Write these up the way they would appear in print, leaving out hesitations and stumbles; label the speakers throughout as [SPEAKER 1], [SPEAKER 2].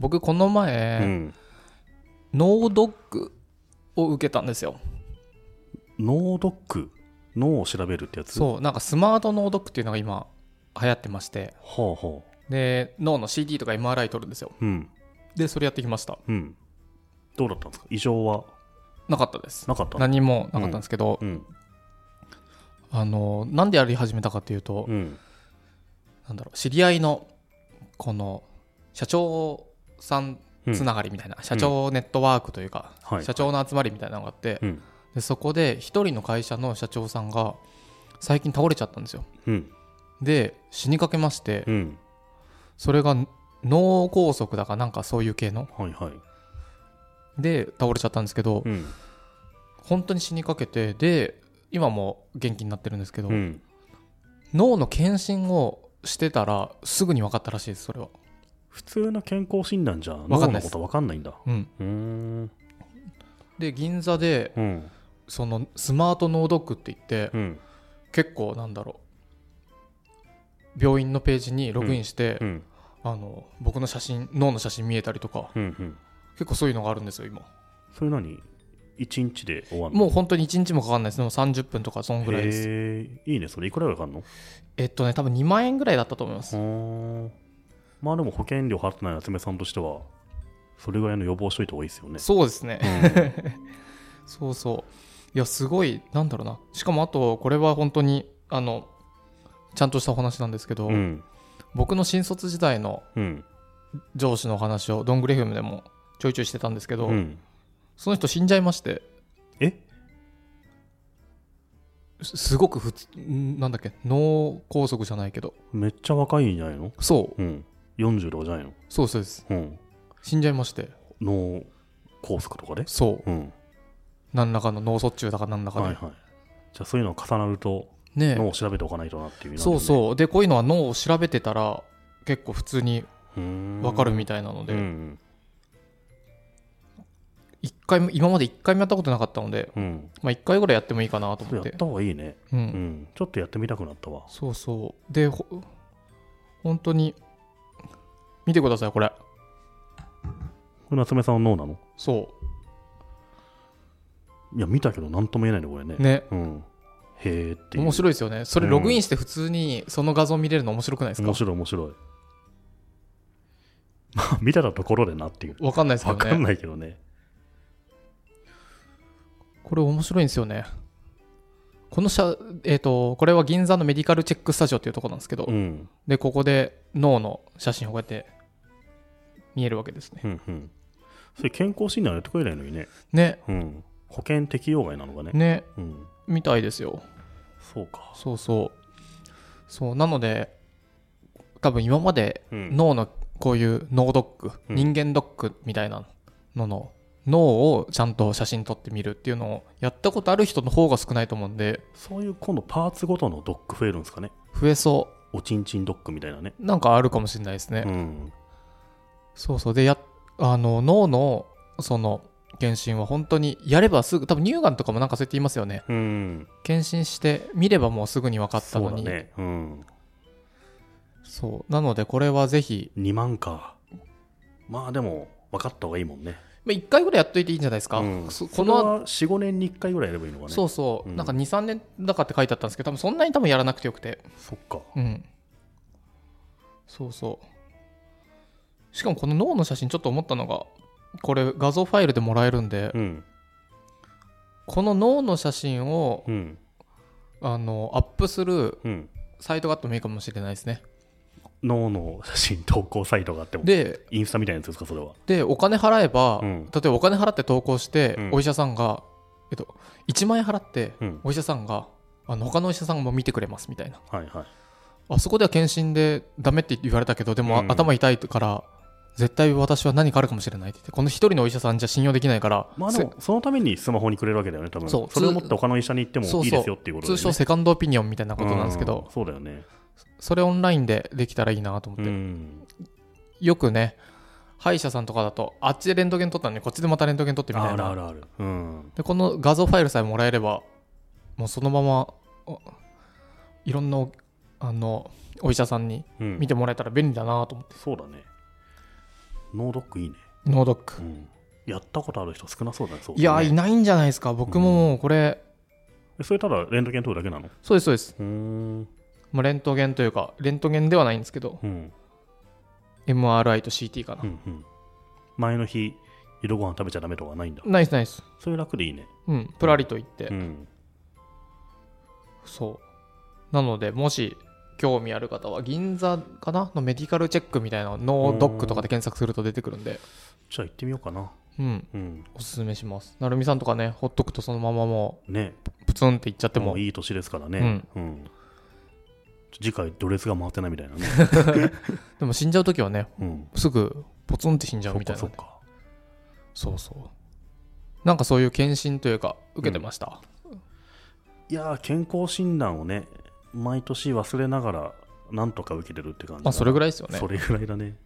[SPEAKER 1] 僕この前、脳ドックを受けたんですよ。
[SPEAKER 2] 脳ドック、脳を調べるってやつ。
[SPEAKER 1] そう、なんかスマート脳ドックっていうのが今流行ってまして、
[SPEAKER 2] ほうほ
[SPEAKER 1] で脳の CT とか MRI 取るんですよ。でそれやってきました。
[SPEAKER 2] どうだったんですか？異常は
[SPEAKER 1] なかったです。
[SPEAKER 2] なかった。
[SPEAKER 1] 何もなかったんですけど、なんでやり始めたかっていうと、なんだろう、知り合いのこの社長さんつながりみたいな、社長ネットワークというか、社長の集まりみたいなのがあって、でそこで一人の会社の社長さんが最近倒れちゃったんですよ。で死にかけまして、それが脳梗塞だかなんかそういう系の、で倒れちゃったんですけど、本当に死にかけて、で今も元気になってるんですけど、脳の検診をしてたらすぐに分かったらしいです。それは
[SPEAKER 2] 普通の健康診断じゃ脳のこと分かんないんだ。
[SPEAKER 1] で銀座で、そのスマート脳ドックって言って、結構なんだろう、病院のページにログインして、僕の写真、脳の写真見えたりとか、結構そういうのがあるんですよ今。
[SPEAKER 2] それ何1日で終わるの？
[SPEAKER 1] もう本当に1日もかかんないです。でも30分とかそんぐらいです。
[SPEAKER 2] いいね。それいくらかかるの？
[SPEAKER 1] 多分2万円ぐらいだったと思います。
[SPEAKER 2] まあでも保険料払ってない夏目さんとしてはそれぐらいの予防しといた方がいいですよね。
[SPEAKER 1] そうですね、そうそう。いやすごい、なんだろうな。しかもあとこれは本当にちゃんとしたお話なんですけど、僕の新卒時代の上司の話をどんぐり FM でもちょいちょいしてたんですけど、その人死んじゃいまして。すごくなんだっけ、脳梗塞じゃないけど
[SPEAKER 2] めっちゃ若いんじゃないの？
[SPEAKER 1] そう、
[SPEAKER 2] 40とかじゃないの？
[SPEAKER 1] そうです、死んじゃいまして。
[SPEAKER 2] 脳梗塞とかで？
[SPEAKER 1] そう、何らかの脳卒中だか何らかで、
[SPEAKER 2] じゃあそういうのが重なると、脳を調べておかないとなっていう、
[SPEAKER 1] そうそう。でこういうのは脳を調べてたら結構普通に分かるみたいなので、今まで1回もやったことなかったので、1回ぐらいやってもいいかなと思って。
[SPEAKER 2] やった方がいいね。ちょっとやってみたくなったわ。
[SPEAKER 1] そうそうで本当に見てくださいこれ。
[SPEAKER 2] これ夏目さんの脳なの？
[SPEAKER 1] そう。
[SPEAKER 2] いや見たけど何とも言えないねこれね。へーっていう。
[SPEAKER 1] 面白いですよね。それログインして普通にその画像見れるの面白くないですか？
[SPEAKER 2] 面白い面白い。見たところでなっていう。
[SPEAKER 1] 分かんないですけどね。
[SPEAKER 2] 分かんないけどね。
[SPEAKER 1] これ面白いんですよね。これは銀座のメディカルチェックスタジオっていうところなんですけど、でここで脳の写真をこうやって見えるわけですね。
[SPEAKER 2] それ健康診断やってくれないのにね。保険適用外なのが
[SPEAKER 1] ね。みたいですよ。
[SPEAKER 2] そうか。
[SPEAKER 1] そうなので多分今まで脳のこういう脳ドック、人間ドックみたいなのの脳をちゃんと写真撮ってみるっていうのをやったことある人の方が少ないと思うんで。
[SPEAKER 2] そういう今度パーツごとのドック増えるんですかね？
[SPEAKER 1] 増えそう。
[SPEAKER 2] おちんちんドックみたいなね。
[SPEAKER 1] なんかあるかもしれないですね。そうで脳のその検診は本当にやればすぐ、多分乳がんとかもなんかそうやって言いますよね。検診して見ればもうすぐに分かったのに。そうだね。そうなのでこれはぜひ。
[SPEAKER 2] 2万か。まあでも分かった方がいいもんね。
[SPEAKER 1] 1回ぐらいやっといていいんじゃないですか。こ
[SPEAKER 2] のは 4,5 年に1回ぐらいやればいいのかね。
[SPEAKER 1] そう、なんか 2,3 年だかって書いてあったんですけど、多分そんなにやらなくてよくて。
[SPEAKER 2] そっか。
[SPEAKER 1] しかもこの脳の写真ちょっと思ったのが、これ画像ファイルでもらえるんで、この脳の写真を、アップするサイトがあってもいいかもしれないですね。
[SPEAKER 2] 脳の写真投稿サイトがあっても。
[SPEAKER 1] で
[SPEAKER 2] インスタみたいなやつですかそれは。
[SPEAKER 1] でお金払えば、例えばお金払って投稿して、お医者さんが、1万円払って、お医者さんが他のお医者さんも見てくれますみたいな。あそこでは検診でダメって言われたけど、でも、頭痛いから絶対私は何かあるかもしれないって言って、この一人のお医者さんじゃ信用できないから、
[SPEAKER 2] まあでもそのためにスマホにくれるわけだよね多分。それを持って他の医者に行ってもいいですよっていうことで、ね、
[SPEAKER 1] 通称セカンドオピニオンみたいなことなんですけど、
[SPEAKER 2] そうだよね。
[SPEAKER 1] それオンラインでできたらいいなと思って。よくね歯医者さんとかだとあっちでレントゲン撮ったのにこっちでまたレントゲン撮ってみたいな。
[SPEAKER 2] ある、
[SPEAKER 1] でこの画像ファイルさえもらえればもうそのままいろんなお医者さんに見てもらえたら便利だなと思って。
[SPEAKER 2] そうだね。 ノードックいいね。
[SPEAKER 1] ノードック、
[SPEAKER 2] やったことある人少なそうだね。そうね、
[SPEAKER 1] いやいないんじゃないですか。僕ももうこれ、
[SPEAKER 2] それただレントゲン撮るだけなの？
[SPEAKER 1] そうですそうです。まあ、レントゲンというかレントゲンではないんですけど、MRI と CT かな、
[SPEAKER 2] 前の日夜ご飯食べちゃダメとかないんだ？
[SPEAKER 1] ないですないです。
[SPEAKER 2] それ楽でいいね。
[SPEAKER 1] プラリと言って、そうなのでもし興味ある方は銀座かなのメディカルチェックみたいなノードックとかで検索すると出てくるんで、
[SPEAKER 2] じゃあ行ってみようかな。
[SPEAKER 1] おすすめします。なるみさんとかね、ほっとくとそのままもう
[SPEAKER 2] ね
[SPEAKER 1] プツンっていっちゃっても
[SPEAKER 2] いい年ですからね。次回ドレスが回ってないみたいなね
[SPEAKER 1] でも死んじゃう時はね、すぐポツンって死んじゃうみたいな、ね、そうなんかそういう検診というか受けてました？
[SPEAKER 2] いや健康診断をね毎年忘れながらなんとか受けてるって感じ。
[SPEAKER 1] それぐらいですよね。
[SPEAKER 2] それぐらいだね。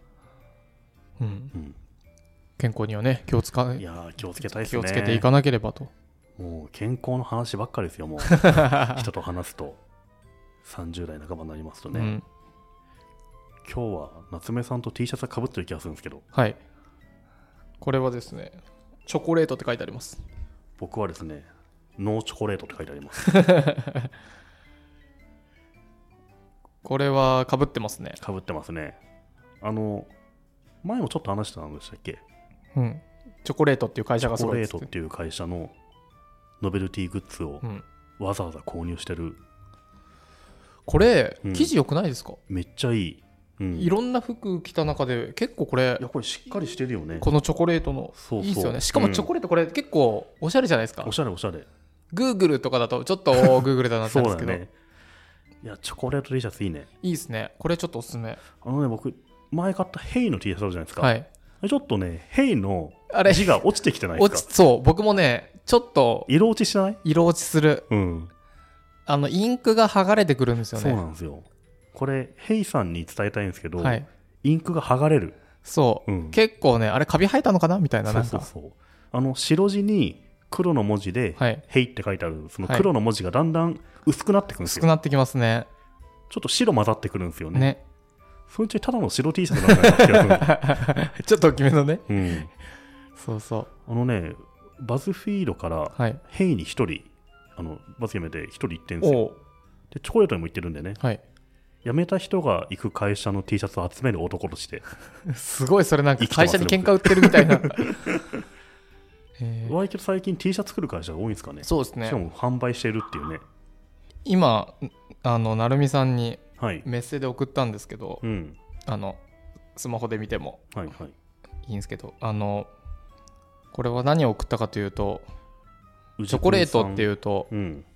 [SPEAKER 1] 健康にはね気をつけたいですね。気をつけていかなければと。
[SPEAKER 2] もう健康の話ばっかりですよ。もう人と話すと30代半ばになりますとね、今日は夏目さんと T シャツが被ってる気がするんですけど。
[SPEAKER 1] はい、これはですねチョコレートって書いてあります。
[SPEAKER 2] 僕はですねノーチョコレートって書いてあります
[SPEAKER 1] これは被ってますね。
[SPEAKER 2] 被ってますね。前もちょっと話したんでしたっけ？
[SPEAKER 1] チョコレートっていう会社が
[SPEAKER 2] すごいです。チョコレートっていう会社のノベルティグッズをわざわざ購入してる。
[SPEAKER 1] これ、生地良くないですか？
[SPEAKER 2] めっちゃいい。
[SPEAKER 1] いろんな服着た中で結構これ、
[SPEAKER 2] いやこれしっかりしてるよね。
[SPEAKER 1] このチョコレートのいいですよね。しかもチョコレートこれ結構おしゃれじゃないですか。
[SPEAKER 2] おしゃれおしゃれ。
[SPEAKER 1] グーグルとかだとちょっとグーグルだなってなんですけど
[SPEAKER 2] ね、いやチョコレート T シャツいいね。
[SPEAKER 1] いいですね。これちょっとおすすめ。
[SPEAKER 2] 僕前買ったヘイの T シャツあるじゃないですか。
[SPEAKER 1] はい。
[SPEAKER 2] ちょっとねヘイの字が落ちてきてないですか？
[SPEAKER 1] そう僕もねちょっと
[SPEAKER 2] 色落ちしない？
[SPEAKER 1] 色落ちする。インクが剥がれてくるんですよね。
[SPEAKER 2] そうなんですよ。これヘイさんに伝えたいんですけど、インクが剥がれる。
[SPEAKER 1] そう、結構ねあれカビ生えたのかなみたいな。
[SPEAKER 2] そう白地に黒の文字で、ヘイって書いてあるその黒の文字がだんだん薄くなってくるんですよ。
[SPEAKER 1] 薄くなってきますね。
[SPEAKER 2] ちょっと白混ざってくるんですよね。そのうちただの白 T シャツなんだよ
[SPEAKER 1] ちょっと大きめのね。そう
[SPEAKER 2] バズフィードから、ヘイに1人バズ辞めて1人行ってるんですよ。でチョコレートにも行ってるんでね、辞めた人が行く会社の T シャツを集める男として
[SPEAKER 1] すごい。それなんか会社に喧嘩売ってるみたいな
[SPEAKER 2] 割と最近 T シャツ作る会社が多いんですかね。
[SPEAKER 1] そうですね。
[SPEAKER 2] しかも販売してるっていうね。
[SPEAKER 1] 今成美さんにメッセで送ったんですけど、スマホで見てもいいんですけど、これは何を送ったかというと、チョコレートっていうと、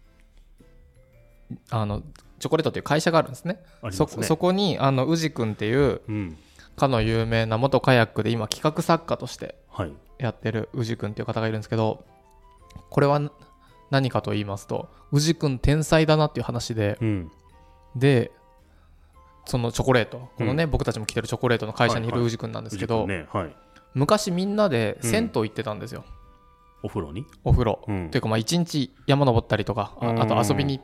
[SPEAKER 1] チョコレートっていう会社があるんですね。そこに宇治くんっていう、かの有名な元カヤックで今企画作家としてやってる宇治くんっていう方がいるんですけど、これは何かと言いますと、宇治くん天才だなっていう話で、でそのチョコレート、このね、僕たちも着てるチョコレートの会社にいる宇治くんなんですけど、昔みんなで銭湯行ってたんですよ。
[SPEAKER 2] お風呂に？
[SPEAKER 1] お風呂、というか一日山登ったりとか、あと遊びに行って、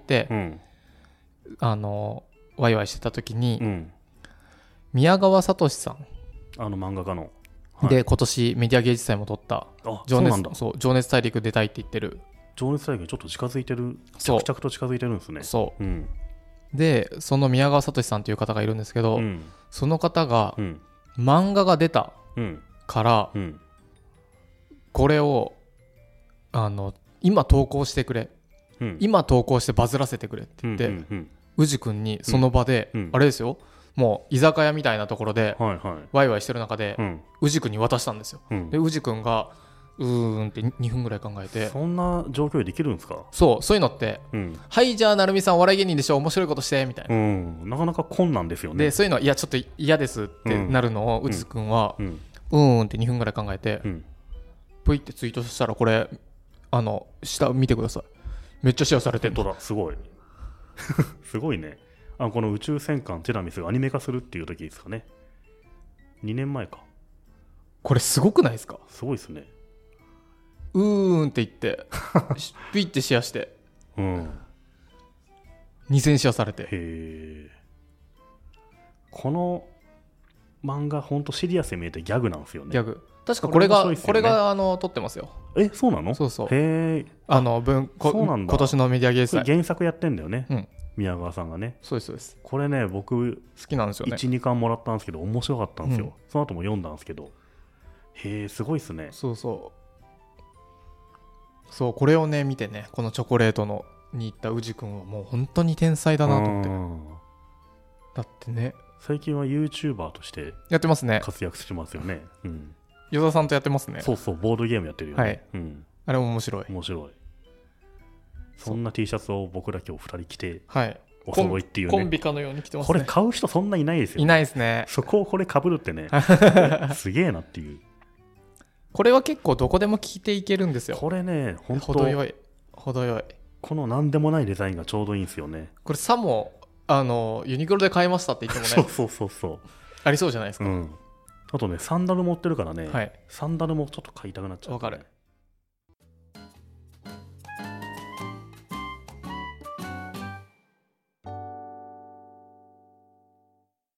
[SPEAKER 1] ワイワイしてた時に、宮川聡さん、
[SPEAKER 2] 漫画家の、
[SPEAKER 1] で今年メディア芸術祭も取った情熱大陸出たいって言ってる。
[SPEAKER 2] 情熱大陸にちょっと近づいてる。着々と近づいてるんですね。
[SPEAKER 1] でその宮川聡さんという方がいるんですけど、その方が、漫画が出たから、これを今投稿してくれ、今投稿してバズらせてくれって言って、宇治くんにその場で、あれですよ、もう居酒屋みたいなところでワイワイしてる中で、宇治くんに渡したんですよ。で宇治くんがって2分ぐらい考えて。
[SPEAKER 2] そんな状況でできるんですか？
[SPEAKER 1] そういうのって、はいじゃあ成美さんお笑い芸人でしょ、面白いことしてみたいな、
[SPEAKER 2] なかなか困難ですよね。
[SPEAKER 1] でそういうのはいやちょっと嫌ですってなるのを、宇治くんはって2分ぐらい考えて、プイってツイートしたら、これ下見てください、めっちゃシェアされてる。
[SPEAKER 2] 本当だ、すごいすごいね。この宇宙戦艦ティラミスがアニメ化するっていう時ですかね。2年前か。
[SPEAKER 1] これすごくないですか？
[SPEAKER 2] すごいですね。
[SPEAKER 1] って言ってピッてシェアして、2000シェアされて。
[SPEAKER 2] へえ。この漫画ほんとシリアスに見えてギャグなんですよね。
[SPEAKER 1] ギャグ確かこれが撮ってますよ。
[SPEAKER 2] そうなの？
[SPEAKER 1] そうそう。
[SPEAKER 2] へえ。
[SPEAKER 1] そうなんだ。今年のメディア芸祭
[SPEAKER 2] 原作やってんだよね、宮川さんがね。
[SPEAKER 1] そうですそうです。
[SPEAKER 2] これね僕
[SPEAKER 1] 好きなんですよね。
[SPEAKER 2] 1,2 巻もらったんですけど面白かったんですよ、その後も読んだんですけど、へえすごいっすね。
[SPEAKER 1] そうこれをね見てね、このチョコレートのに行った宇治くんはもう本当に天才だなと思って。だってね
[SPEAKER 2] 最近は YouTuber として
[SPEAKER 1] やってますね。
[SPEAKER 2] 活躍してますよね。
[SPEAKER 1] 与沢さんとやってますね。
[SPEAKER 2] そうそう、ボードゲームやってるよね。
[SPEAKER 1] あれ面白い。
[SPEAKER 2] そんな T シャツを僕ら今日2人着て、お揃いっていうね。
[SPEAKER 1] コンビかのように着てますね。
[SPEAKER 2] これ買う人そんないないですよね。
[SPEAKER 1] いないですね。
[SPEAKER 2] そこをこれ被るってねすげえなっていう。
[SPEAKER 1] これは結構どこでも着ていけるんですよ。
[SPEAKER 2] これね本当
[SPEAKER 1] 程よい。
[SPEAKER 2] この何でもないデザインがちょうどいいんですよね。
[SPEAKER 1] これさもユニクロで買いましたって言ってもね
[SPEAKER 2] そう
[SPEAKER 1] ありそうじゃないですか。
[SPEAKER 2] あとねサンダル持ってるからね、サンダルもちょっと買いたくなっちゃう、
[SPEAKER 1] わかる。